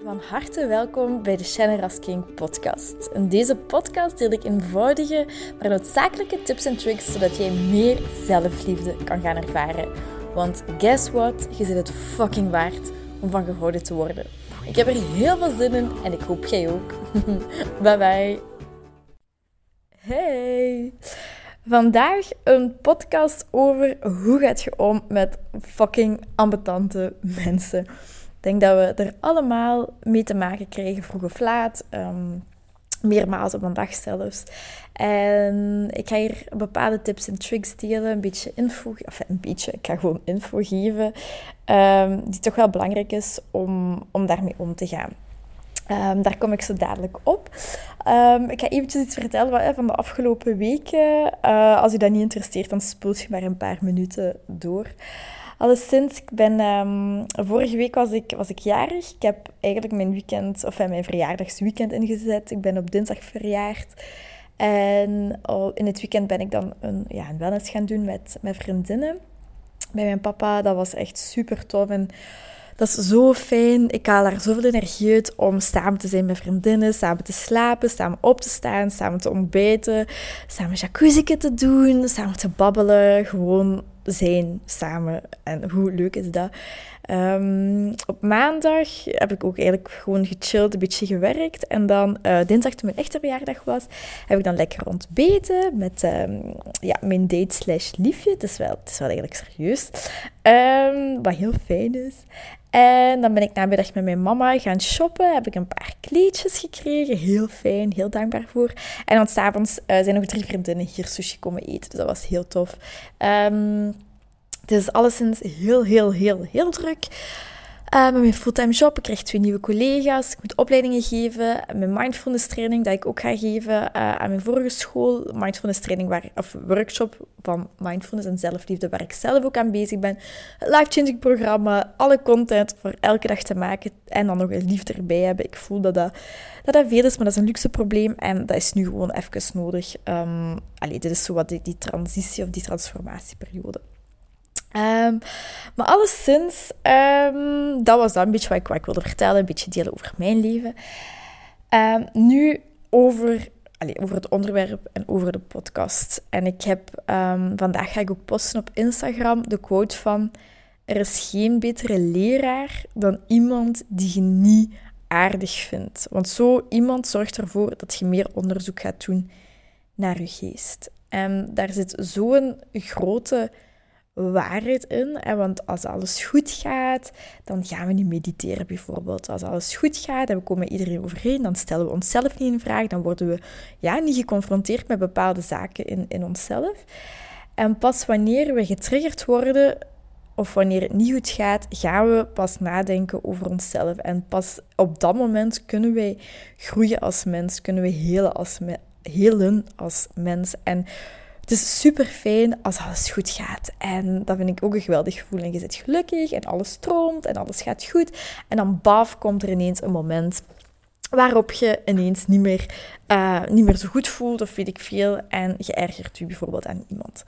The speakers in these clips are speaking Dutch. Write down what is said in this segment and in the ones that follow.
Van harte welkom bij de Shine as King podcast. In deze podcast deel ik eenvoudige, maar noodzakelijke tips en tricks zodat jij meer zelfliefde kan gaan ervaren. Want guess what? Je zit het fucking waard om van gehouden te worden. Ik heb er heel veel zin in en ik hoop jij ook. Bye bye. Hey! Vandaag een podcast over hoe gaat je om met fucking ambetante mensen. Ik denk dat we er allemaal mee te maken krijgen, vroeg of laat. Meermaals op een dag zelfs. En ik ga hier bepaalde tips en tricks delen, een beetje info... ik ga gewoon info geven, die toch wel belangrijk is om daarmee om te gaan. Daar kom ik zo dadelijk op. Ik ga eventjes iets vertellen van de afgelopen weken. Als u dat niet interesseert, dan spoelt je maar een paar minuten door. Alleszins, vorige week was ik jarig. Ik heb eigenlijk mijn verjaardagsweekend ingezet. Ik ben op dinsdag verjaard. En in het weekend ben ik dan een wellness gaan doen met vriendinnen. Bij mijn papa, dat was echt super tof. En dat is zo fijn. Ik haal daar zoveel energie uit om samen te zijn met vriendinnen, samen te slapen, samen op te staan, samen te ontbijten, samen jacuzzi te doen, samen te babbelen, gewoon zijn samen. En hoe leuk is dat? Op maandag heb ik ook eigenlijk gewoon gechilled, een beetje gewerkt. En dan dinsdag, toen mijn echte verjaardag was, heb ik dan lekker ontbeten met mijn date/liefje. Het is wel eigenlijk serieus. Wat heel fijn is. En dan ben ik namiddag met mijn mama gaan shoppen. Heb ik een paar kleedjes gekregen. Heel fijn, heel dankbaar voor. En dan s'avonds zijn nog 3 vriendinnen hier sushi komen eten. Dus dat was heel tof. Het is alleszins heel, heel, heel, heel druk. Met mijn fulltime job. Ik krijg 2 nieuwe collega's. Ik moet opleidingen geven. Mijn mindfulness training dat ik ook ga geven aan mijn vorige school. Mindfulness training workshop van mindfulness en zelfliefde waar ik zelf ook aan bezig ben. Het life-changing programma. Alle content voor elke dag te maken. En dan nog een liefde erbij hebben. Ik voel dat veel is, maar dat is een luxe probleem. En dat is nu gewoon even nodig. Dit is zo wat die transitie of die transformatieperiode. Maar alleszins, dat was dan een beetje wat ik wilde vertellen, een beetje delen over mijn leven. Nu over het onderwerp en over de podcast. En ik heb, vandaag ga ik ook posten op Instagram de quote van: er is geen betere leraar dan iemand die je niet aardig vindt. Want zo iemand zorgt ervoor dat je meer onderzoek gaat doen naar je geest. En daar zit zo'n grote waarheid in. Want als alles goed gaat, dan gaan we niet mediteren bijvoorbeeld. Als alles goed gaat en we komen met iedereen overeen, dan stellen we onszelf niet in vraag. Dan worden we niet geconfronteerd met bepaalde zaken in onszelf. En pas wanneer we getriggerd worden, of wanneer het niet goed gaat, gaan we pas nadenken over onszelf. En pas op dat moment kunnen wij groeien als mens, kunnen we helen als mens. En het is super fijn als alles goed gaat. En dat vind ik ook een geweldig gevoel. En je zit gelukkig en alles stroomt en alles gaat goed. En dan komt er ineens een moment waarop je ineens niet meer zo goed voelt of weet ik veel. En je ergert je bijvoorbeeld aan iemand.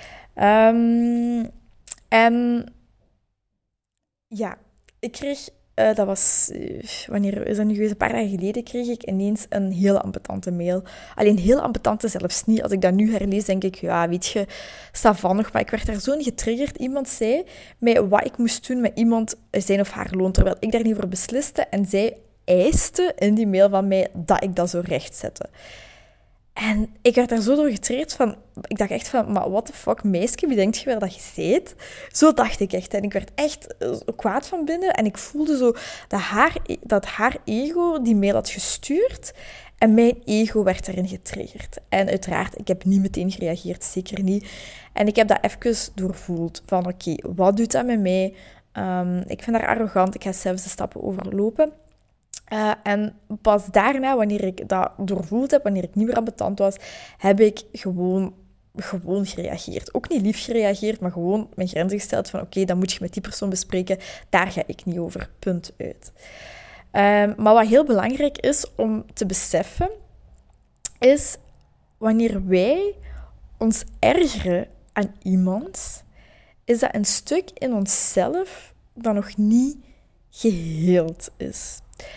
Ik kreeg... dat was, wanneer is dat nu geweest? Een paar dagen geleden kreeg ik ineens een heel ambetante mail. Alleen heel ambetante zelfs niet. Als ik dat nu herlees, denk ik, weet je, sta van nog. Maar ik werd daar zo in getriggerd. Iemand zei mij wat ik moest doen met iemand zijn of haar loon, terwijl ik daar niet voor besliste. En zij eiste in die mail van mij dat ik dat zo rechtzette. En ik werd daar zo door getriggerd van... Ik dacht echt van, maar what the fuck, meisje, wie denkt je wel dat je bent? Zo dacht ik echt. En ik werd echt kwaad van binnen. En ik voelde zo dat haar ego die mail had gestuurd. En mijn ego werd daarin getriggerd. En uiteraard, ik heb niet meteen gereageerd. Zeker niet. En ik heb dat even doorvoeld. Van oké, wat doet dat met mij? Ik vind haar arrogant. Ik ga zelfs de stappen overlopen. En pas daarna, wanneer ik dat doorvoeld heb, wanneer ik niet meer ambetant was, heb ik gewoon gereageerd. Ook niet lief gereageerd, maar gewoon mijn grenzen gesteld van oké, dan moet je met die persoon bespreken. Daar ga ik niet over. Punt uit. Maar wat heel belangrijk is om te beseffen, is wanneer wij ons ergeren aan iemand, is dat een stuk in onszelf dat nog niet geheeld is.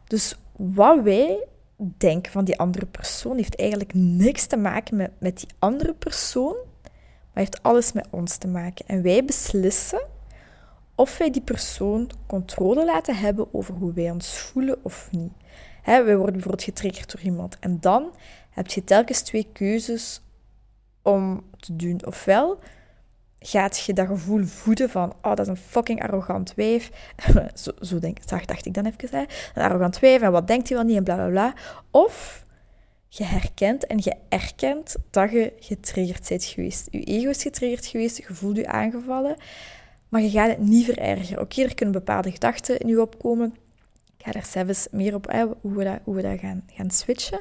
Dus wat wij denken van die andere persoon heeft eigenlijk niks te maken met die andere persoon, maar heeft alles met ons te maken. En wij beslissen of wij die persoon controle laten hebben over hoe wij ons voelen of niet. Wij worden bijvoorbeeld getriggerd door iemand. En dan heb je telkens 2 keuzes om te doen. Ofwel gaat je dat gevoel voeden van, oh, dat is een fucking arrogant wijf. Zo dacht ik dan even. Hè. Een arrogant wijf, en wat denkt hij wel niet, en bla bla bla. Of je herkent en je erkent dat je getriggerd bent geweest. Je ego is getriggerd geweest, je voelt je aangevallen, maar je gaat het niet verergeren. Oké, er kunnen bepaalde gedachten in je opkomen. Ik ga daar zelfs meer op hoe we dat gaan switchen.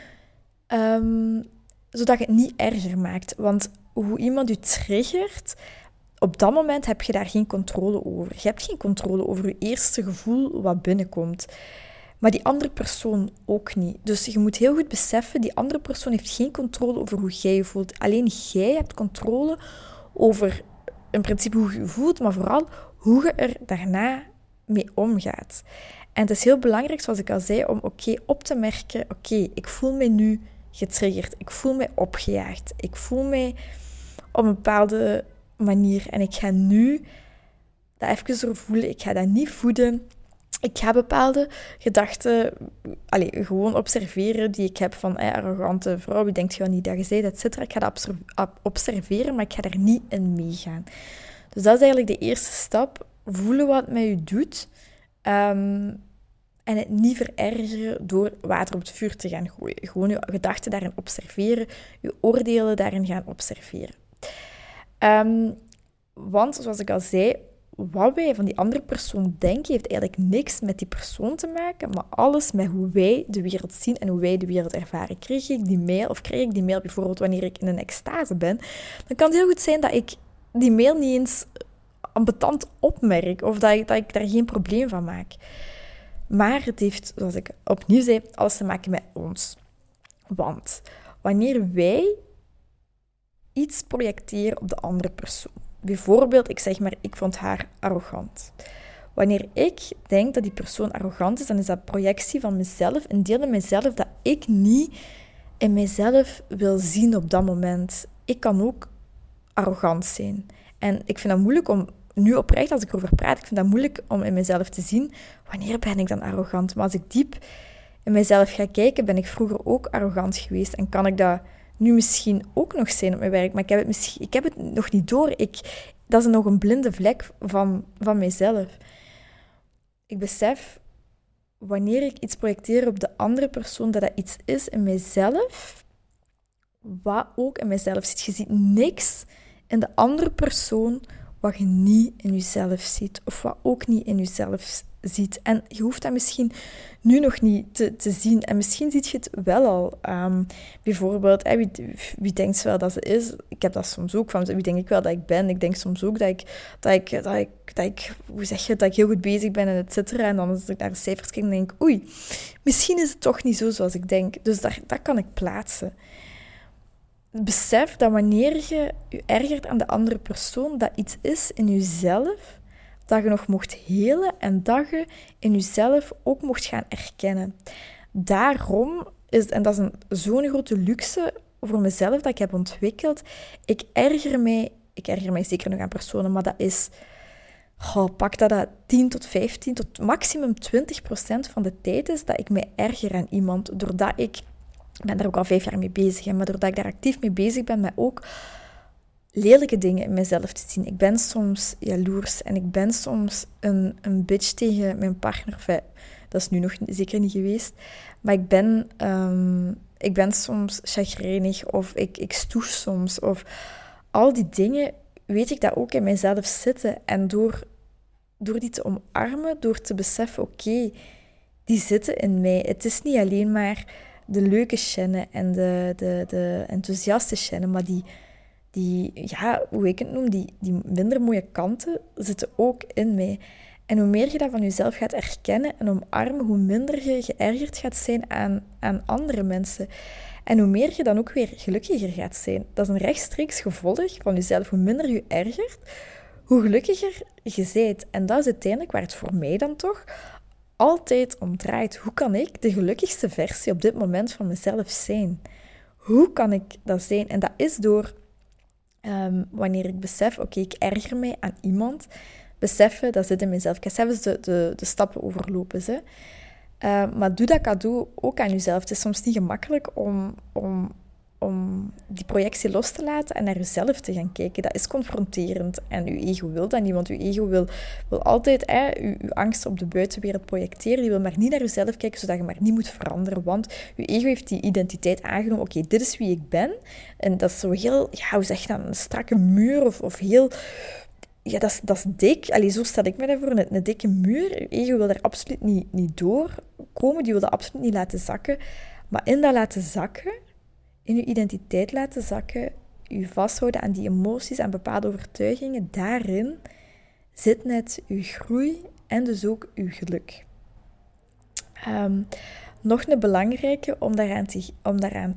Zodat je het niet erger maakt. Want hoe iemand je triggert, op dat moment heb je daar geen controle over. Je hebt geen controle over je eerste gevoel wat binnenkomt. Maar die andere persoon ook niet. Dus je moet heel goed beseffen, die andere persoon heeft geen controle over hoe jij je voelt. Alleen jij hebt controle over in principe hoe je je voelt, maar vooral hoe je er daarna mee omgaat. En het is heel belangrijk, zoals ik al zei, om op te merken, ik voel me nu getriggerd. Ik voel me opgejaagd. Ik voel me op een bepaalde manier. En ik ga nu dat even doorvoelen. Ik ga dat niet voeden. Ik ga bepaalde gedachten gewoon observeren die ik heb van arrogante vrouw, wie denkt je wel niet dat je bent, et cetera. Ik ga dat observeren, maar ik ga daar niet in meegaan. Dus dat is eigenlijk de eerste stap. Voelen wat het met je doet. En het niet verergeren door water op het vuur te gaan gooien. Gewoon je gedachten daarin observeren. Je oordelen daarin gaan observeren. Want, zoals ik al zei, wat wij van die andere persoon denken, heeft eigenlijk niks met die persoon te maken, maar alles met hoe wij de wereld zien en hoe wij de wereld ervaren. Krijg ik die mail bijvoorbeeld wanneer ik in een extase ben, dan kan het heel goed zijn dat ik die mail niet eens ambetant opmerk of dat ik daar geen probleem van maak. Maar het heeft, zoals ik opnieuw zei, alles te maken met ons. Want wanneer wij iets projecteren op de andere persoon, bijvoorbeeld, ik vond haar arrogant. Wanneer ik denk dat die persoon arrogant is, dan is dat projectie van mezelf, een deel van mezelf dat ik niet in mezelf wil zien op dat moment. Ik kan ook arrogant zijn. En ik vind dat moeilijk om, nu oprecht als ik erover praat, ik vind dat moeilijk om in mezelf te zien, wanneer ben ik dan arrogant? Maar als ik diep in mezelf ga kijken, ben ik vroeger ook arrogant geweest en kan ik dat nu misschien ook nog zijn op mijn werk, maar ik heb het nog niet door. Dat is nog een blinde vlek van mijzelf. Ik besef, wanneer ik iets projecteer op de andere persoon, dat iets is in mijzelf, wat ook in mijzelf zit. Je ziet niks in de andere persoon wat je niet in jezelf ziet, of wat ook niet in jezelf ziet. En je hoeft dat misschien nu nog niet te zien. En misschien ziet je het wel al. Bijvoorbeeld, wie denkt wel dat ze is? Ik heb dat soms ook van, wie denk ik wel dat ik ben? Ik denk soms ook dat ik hoe zeg je, dat ik heel goed bezig ben en et cetera. En dan als ik naar de cijfers kijk, dan denk ik, oei, misschien is het toch niet zo zoals ik denk. Dus dat kan ik plaatsen. Besef dat wanneer je je ergert aan de andere persoon, dat iets is in jezelf dat je nog mocht helen en dat je in jezelf ook mocht gaan erkennen. Daarom en dat is zo'n grote luxe voor mezelf dat ik heb ontwikkeld, ik erger mij zeker nog aan personen, maar dat is, pak dat 10 tot 15 tot maximum 20% van de tijd is dat ik mij erger aan iemand, doordat ik ben daar ook al 5 jaar mee bezig, maar doordat ik daar actief mee bezig ben, met ook lelijke dingen in mezelf te zien. Ik ben soms jaloers en ik ben soms een bitch tegen mijn partner. Enfin, dat is nu nog zeker niet geweest. Maar ik ben soms chagrijnig of ik stoef soms. Of al die dingen weet ik dat ook in mezelf zitten. En door die te omarmen, door te beseffen, oké, die zitten in mij. Het is niet alleen maar de leuke Shanne en de enthousiaste Shanne, maar die, hoe ik het noem, die minder mooie kanten zitten ook in mij. En hoe meer je dat van jezelf gaat erkennen en omarmen, hoe minder je geërgerd gaat zijn aan andere mensen. En hoe meer je dan ook weer gelukkiger gaat zijn. Dat is een rechtstreeks gevolg van jezelf. Hoe minder je ergert, hoe gelukkiger je bent. En dat is uiteindelijk waar het voor mij dan toch altijd om draait. Hoe kan ik de gelukkigste versie op dit moment van mezelf zijn? Hoe kan ik dat zijn? En dat is door, wanneer ik besef, oké, ik erger mij aan iemand, beseffen, dat zit in mezelf. Ik ga zelfs de stappen overlopen. Maar doe dat cadeau ook aan jezelf. Het is soms niet gemakkelijk om die projectie los te laten en naar jezelf te gaan kijken. Dat is confronterend. En je ego wil dat niet, want je ego wil altijd je angst op de buitenwereld projecteren. Die wil maar niet naar jezelf kijken, zodat je maar niet moet veranderen. Want je ego heeft die identiteit aangenomen. Oké, dit is wie ik ben. En dat is zo heel, hoe zeg je dat, een strakke muur of heel... Ja, dat is dik. Allee, zo stel ik me daarvoor. Een dikke muur. Je ego wil daar absoluut niet doorkomen. Die wil dat absoluut niet laten zakken. Maar in dat laten zakken, in je identiteit laten zakken, je vasthouden aan die emoties, aan bepaalde overtuigingen, daarin zit net je groei en dus ook je geluk. Nog een belangrijke om daaraan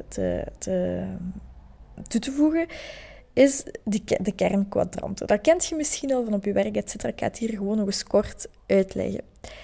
toe te voegen, is de kernkwadranten. Dat kent je misschien al van op je werk, etc. Ik ga het hier gewoon nog eens kort uitleggen.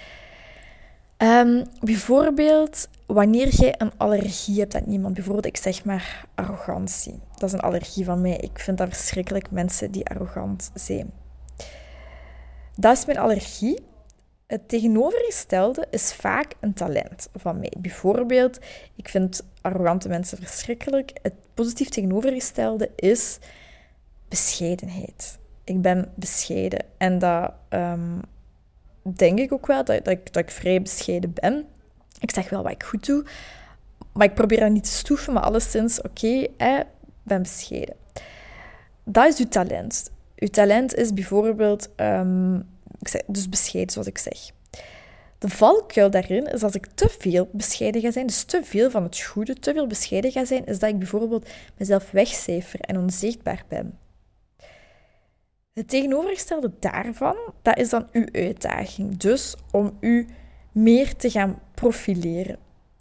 Bijvoorbeeld, wanneer jij een allergie hebt aan iemand, bijvoorbeeld, ik zeg maar arrogantie. Dat is een allergie van mij. Ik vind dat verschrikkelijk, mensen die arrogant zijn. Dat is mijn allergie. Het tegenovergestelde is vaak een talent van mij. Bijvoorbeeld, ik vind arrogante mensen verschrikkelijk. Het positief tegenovergestelde is bescheidenheid. Ik ben bescheiden. En dat denk ik ook wel, dat ik vrij bescheiden ben. Ik zeg wel wat ik goed doe, maar ik probeer dat niet te stoeven, maar alleszins, oké, ben bescheiden. Dat is uw talent. Uw talent is bijvoorbeeld, dus bescheiden, zoals ik zeg. De valkuil daarin is als ik te veel bescheiden ga zijn, dus te veel van het goede, te veel bescheiden ga zijn, is dat ik bijvoorbeeld mezelf wegcijfer en onzichtbaar ben. Het tegenovergestelde daarvan, dat is dan uw uitdaging. Dus om u meer te gaan profileren.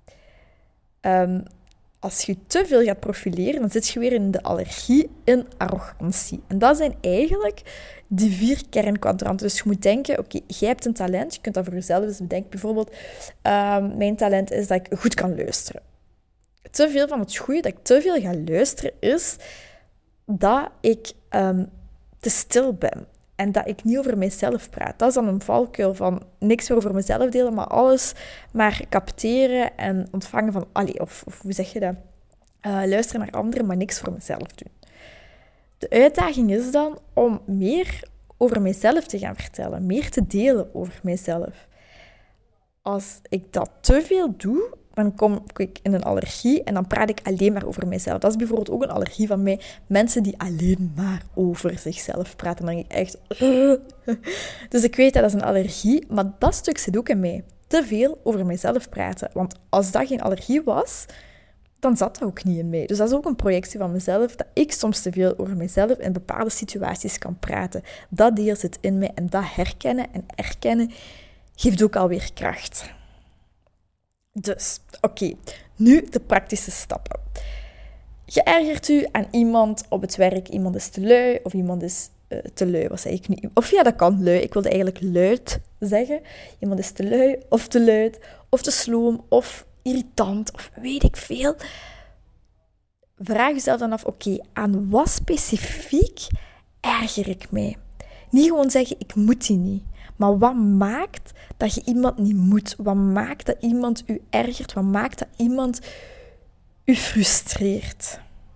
Als je te veel gaat profileren, dan zit je weer in de allergie, in arrogantie. En dat zijn eigenlijk die 4 kernkwadranten. Dus je moet denken, oké, jij hebt een talent. Je kunt dat voor jezelf eens bedenken. Bijvoorbeeld, mijn talent is dat ik goed kan luisteren. Te veel van het goede, dat ik te veel ga luisteren, is dat ik te stil ben. En dat ik niet over mijzelf praat. Dat is dan een valkuil van niks meer over mezelf delen, maar alles maar capteren en ontvangen van... Of hoe zeg je dat? Luisteren naar anderen, maar niks voor mezelf doen. De uitdaging is dan om meer over mijzelf te gaan vertellen. Meer te delen over mijzelf. Als ik dat te veel doe, dan kom ik in een allergie en dan praat ik alleen maar over mijzelf. Dat is bijvoorbeeld ook een allergie van mij. Mensen die alleen maar over zichzelf praten. Dan denk ik echt... Dus ik weet dat is een allergie, maar dat stuk zit ook in mij. Te veel over mijzelf praten. Want als dat geen allergie was, dan zat dat ook niet in mij. Dus dat is ook een projectie van mezelf, dat ik soms te veel over mezelf in bepaalde situaties kan praten. Dat deel zit in mij en dat herkennen en erkennen geeft ook alweer kracht. Dus, oké, nu de praktische stappen. Je ergert u aan iemand op het werk. Iemand is te lui of iemand is te lui. Wat zei ik nu? Of ja, dat kan lui. Ik wilde eigenlijk luid zeggen. Iemand is te lui of te luid of te sloom of irritant of weet ik veel. Vraag jezelf dan af, oké, aan wat specifiek erger ik mij? Niet gewoon zeggen, ik moet die niet. Maar wat maakt dat je iemand niet moet? Wat maakt dat iemand u ergert? Wat maakt dat iemand u frustreert?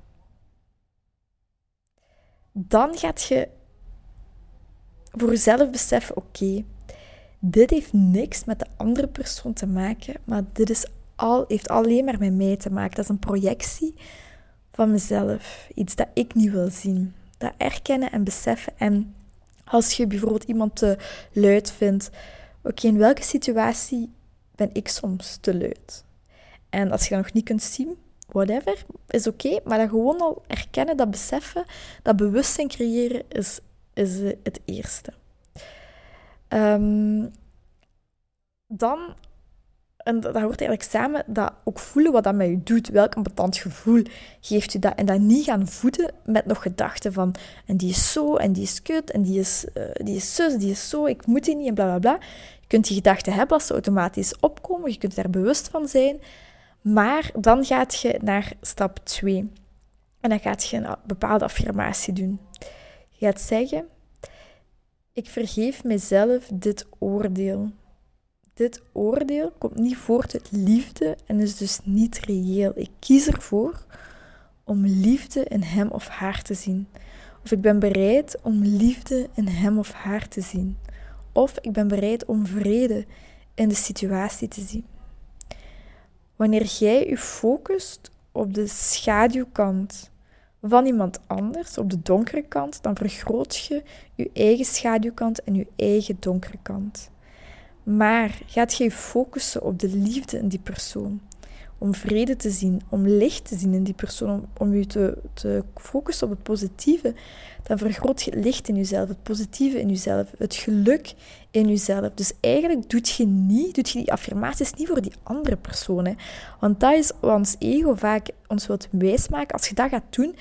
Dan gaat je voor jezelf beseffen, oké, dit heeft niks met de andere persoon te maken, maar dit heeft alleen maar met mij te maken. Dat is een projectie van mezelf. Iets dat ik niet wil zien. Dat erkennen en beseffen. En als je bijvoorbeeld iemand te luid vindt, oké, in welke situatie ben ik soms te luid? En als je dat nog niet kunt zien, whatever, is oké, maar dat gewoon al erkennen, dat beseffen, dat bewustzijn creëren, is het eerste. Dan En dat hoort eigenlijk samen, dat ook voelen wat dat met je doet. Welk ambetant gevoel geeft je dat? En dat niet gaan voeden met nog gedachten van... En die is zo, en die is kut, en die is zus, die is zo, ik moet die niet, en bla bla bla. Je kunt die gedachten hebben als ze automatisch opkomen. Je kunt daar bewust van zijn. Maar dan gaat je naar stap 2. En dan gaat je een bepaalde affirmatie doen. Je gaat zeggen... Ik vergeef mezelf dit oordeel. Dit oordeel komt niet voort uit liefde en is dus niet reëel. Ik kies ervoor om liefde in hem of haar te zien. Of ik ben bereid om liefde in hem of haar te zien. Of ik ben bereid om vrede in de situatie te zien. Wanneer jij je focust op de schaduwkant van iemand anders, op de donkere kant, dan vergroot je je eigen schaduwkant en je eigen donkere kant. Maar gaat je je focussen op de liefde in die persoon, om vrede te zien, om licht te zien in die persoon, om je te focussen op het positieve, dan vergroot je het licht in jezelf, het positieve in jezelf, het geluk in jezelf. Dus eigenlijk doet je die affirmaties niet voor die andere persoon. Hè. Want dat is wat ons ego vaak ons wilt wijsmaken. Als je dat gaat doen,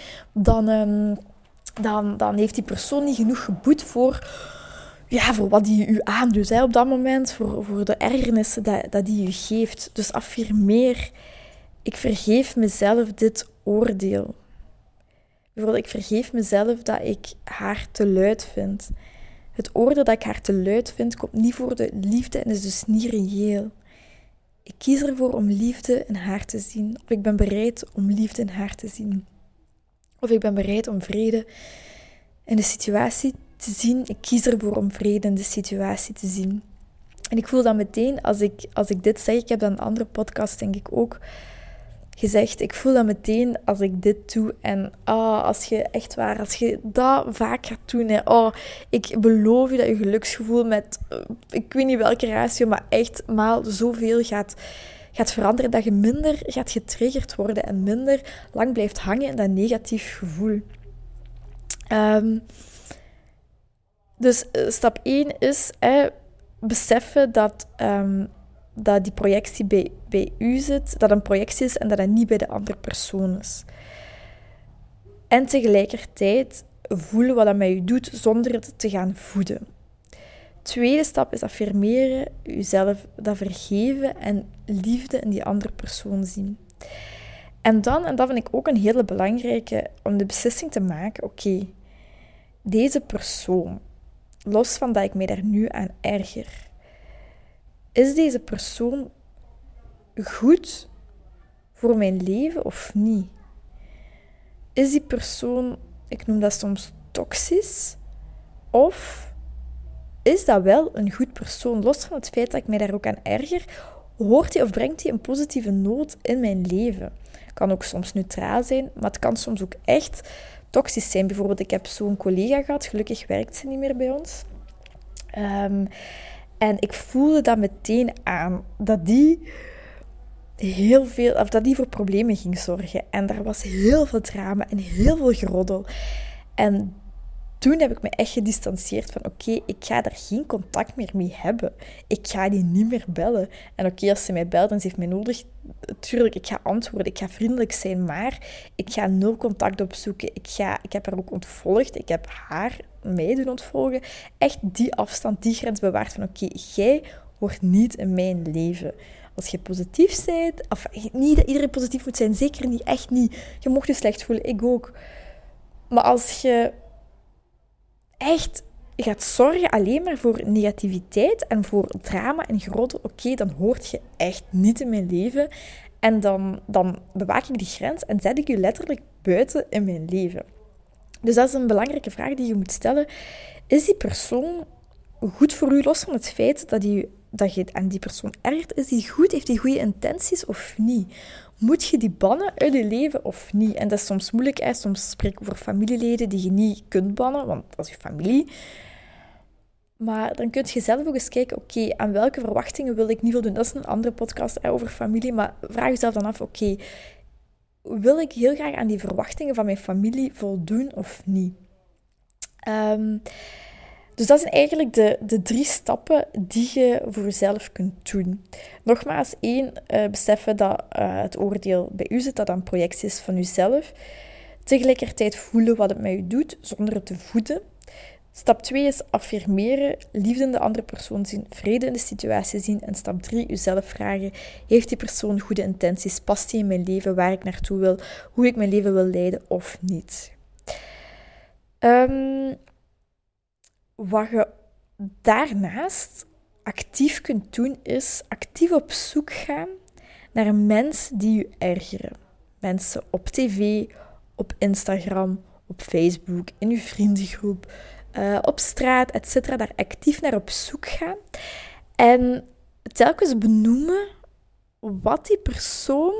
dan heeft die persoon niet genoeg geboet voor wat die u aandoet op dat moment, voor de ergernissen dat die u geeft. Dus affirmeer, ik vergeef mezelf dit oordeel. Bijvoorbeeld, ik vergeef mezelf dat ik haar te luid vind. Het oordeel dat ik haar te luid vind, komt niet voor de liefde en is dus niet reëel. Ik kies ervoor om liefde in haar te zien. Of ik ben bereid om liefde in haar te zien. Of ik ben bereid om vrede in de situatie te zien. Ik kies ervoor om vrede in de situatie te zien. En ik voel dat meteen als ik dit zeg. Ik heb dat in een andere podcast denk ik ook gezegd. Ik voel dat meteen als ik dit doe. En als je dat vaak gaat doen. Hè, ik beloof je dat je geluksgevoel met, ik weet niet welke ratio, maar echt maal zoveel gaat veranderen. Dat je minder gaat getriggerd worden en minder lang blijft hangen in dat negatief gevoel. Dus stap 1 is beseffen dat die projectie bij u zit, dat een projectie is en dat het niet bij de andere persoon is. En tegelijkertijd voelen wat dat met je doet zonder het te gaan voeden. Tweede stap is affirmeren, jezelf dat vergeven en liefde in die andere persoon zien. En dat vind ik ook een hele belangrijke, om de beslissing te maken, oké, deze persoon, los van dat ik mij daar nu aan erger, is deze persoon goed voor mijn leven of niet? Is die persoon, ik noem dat soms toxisch, of is dat wel een goed persoon? Los van het feit dat ik mij daar ook aan erger, hoort hij of brengt hij een positieve noot in mijn leven? Het kan ook soms neutraal zijn, maar het kan soms ook echt toxisch zijn. Bijvoorbeeld, ik heb zo'n collega gehad, gelukkig werkt ze niet meer bij ons. En ik voelde dat meteen aan, dat die voor problemen ging zorgen. En daar was heel veel drama en heel veel geroddel. En toen heb ik me echt gedistanceerd van oké, ik ga daar geen contact meer mee hebben. Ik ga die niet meer bellen. En oké, als ze mij belt en ze heeft mij nodig, tuurlijk, ik ga antwoorden, ik ga vriendelijk zijn, maar ik ga 0 contact opzoeken. Ik heb haar ook ontvolgd, ik heb mij doen ontvolgen. Echt die afstand, die grens bewaard van oké, jij hoort niet in mijn leven. Als je positief bent, of niet dat iedereen positief moet zijn, zeker niet, echt niet. Je mocht je slecht voelen, ik ook. Maar als je echt gaat zorgen alleen maar voor negativiteit en voor drama en geroddel, oké, dan hoort je echt niet in mijn leven. En dan bewaak ik die grens en zet ik je letterlijk buiten in mijn leven. Dus dat is een belangrijke vraag die je moet stellen. Is die persoon goed voor u, los van het feit dat je aan die persoon ergert? Is die goed? Heeft die goede intenties of niet? Moet je die bannen uit je leven of niet? En dat is soms moeilijk. Hè? Soms spreek ik over familieleden die je niet kunt bannen, want dat is je familie. Maar dan kun je zelf ook eens kijken, oké, aan welke verwachtingen wil ik niet voldoen? Dat is een andere podcast over familie, maar vraag jezelf dan af, oké, wil ik heel graag aan die verwachtingen van mijn familie voldoen of niet? Dus dat zijn eigenlijk de 3 stappen die je voor jezelf kunt doen. Nogmaals, 1, beseffen dat het oordeel bij u zit, dat dat een projectie is van uzelf. Tegelijkertijd voelen wat het met u doet, zonder het te voeden. Stap 2 is affirmeren, liefde in de andere persoon zien, vrede in de situatie zien. En stap 3, uzelf vragen, heeft die persoon goede intenties? Past die in mijn leven, waar ik naartoe wil, hoe ik mijn leven wil leiden of niet? Wat je daarnaast actief kunt doen, is actief op zoek gaan naar mensen die je ergeren. Mensen op tv, op Instagram, op Facebook, in je vriendengroep, op straat, etc. Daar actief naar op zoek gaan. En telkens benoemen wat die persoon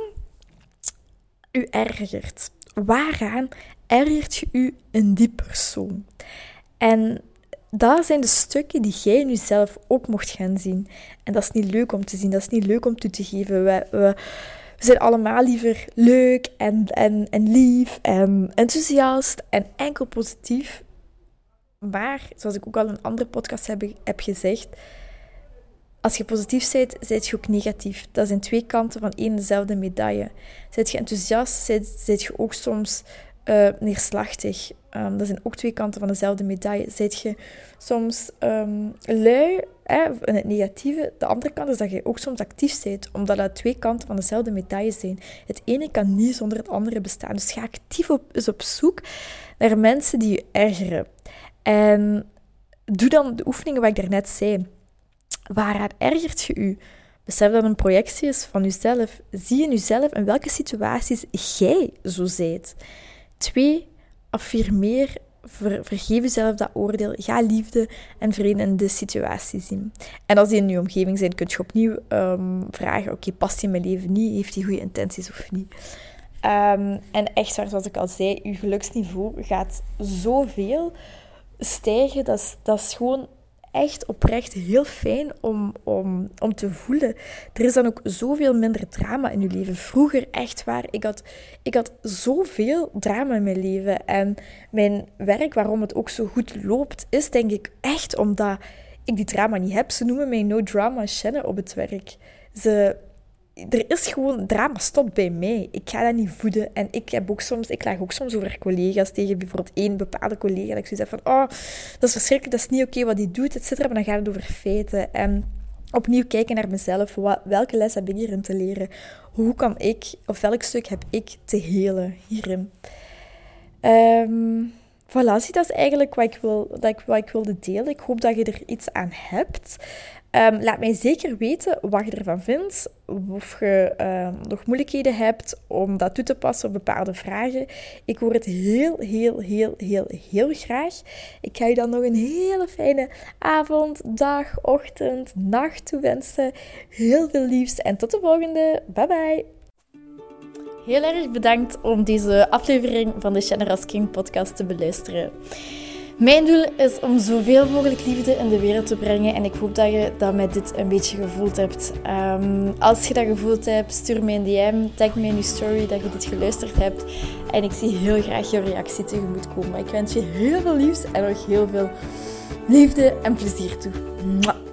u ergert. Waaraan ergert je u in die persoon? En dat zijn de stukken die jij in jezelf ook mocht gaan zien. En dat is niet leuk om te zien, dat is niet leuk om toe te geven. We zijn allemaal liever leuk en lief en enthousiast en enkel positief. Maar, zoals ik ook al in een andere podcast heb gezegd, als je positief bent, zijt je ook negatief. Dat zijn 2 kanten van één dezelfde medaille. Zijt je enthousiast, zijt je ook soms neerslachtig. Dat zijn ook 2 kanten van dezelfde medaille. Zijt je soms lui, in het negatieve. De andere kant is dat je ook soms actief bent, omdat dat 2 kanten van dezelfde medaille zijn. Het ene kan niet zonder het andere bestaan. Dus ga actief op zoek naar mensen die je ergeren. En doe dan de oefeningen wat ik daarnet zei. Waaraan ergert je u? Besef dat een projectie is van jezelf. Zie in jezelf in welke situaties jij zo zijt. 2, affirmeer, vergeef jezelf dat oordeel. Ga liefde en vrede in de situatie zien. En als die in je omgeving zijn, kun je opnieuw vragen, oké, past die in mijn leven niet? Heeft die goede intenties of niet? En echt waar, zoals ik al zei, je geluksniveau gaat zoveel stijgen. Dat is gewoon echt oprecht heel fijn om te voelen. Er is dan ook zoveel minder drama in je leven. Vroeger, echt waar, ik had zoveel drama in mijn leven. En mijn werk, waarom het ook zo goed loopt, is denk ik echt omdat ik die drama niet heb. Ze noemen mij No Drama Shannon op het werk. Er is gewoon, drama stopt bij mij. Ik ga dat niet voeden. En ik laag ook soms over collega's tegen bijvoorbeeld 1 bepaalde collega. Dat ik zoiets heb van, oh, dat is verschrikkelijk, dat is niet oké wat hij doet, et cetera. Maar dan gaat het over feiten. En opnieuw kijken naar mezelf. Welke les heb ik hierin te leren? Hoe kan ik, of welk stuk heb ik te helen hierin? Voilà, zie, dat is eigenlijk wat ik wilde delen. Ik hoop dat je er iets aan hebt. Laat mij zeker weten wat je ervan vindt. Of je nog moeilijkheden hebt om dat toe te passen op bepaalde vragen. Ik hoor het heel, heel, heel, heel, heel graag. Ik ga je dan nog een hele fijne avond, dag, ochtend, nacht toewensen. Heel veel liefs en tot de volgende. Bye bye. Heel erg bedankt om deze aflevering van de Shannon Raskin podcast te beluisteren. Mijn doel is om zoveel mogelijk liefde in de wereld te brengen en ik hoop dat je dat met dit een beetje gevoeld hebt. Als je dat gevoeld hebt, stuur mij een DM, tag me in je story dat je dit geluisterd hebt en ik zie heel graag je reactie tegemoet komen. Ik wens je heel veel liefs en nog heel veel liefde en plezier toe. Mwah.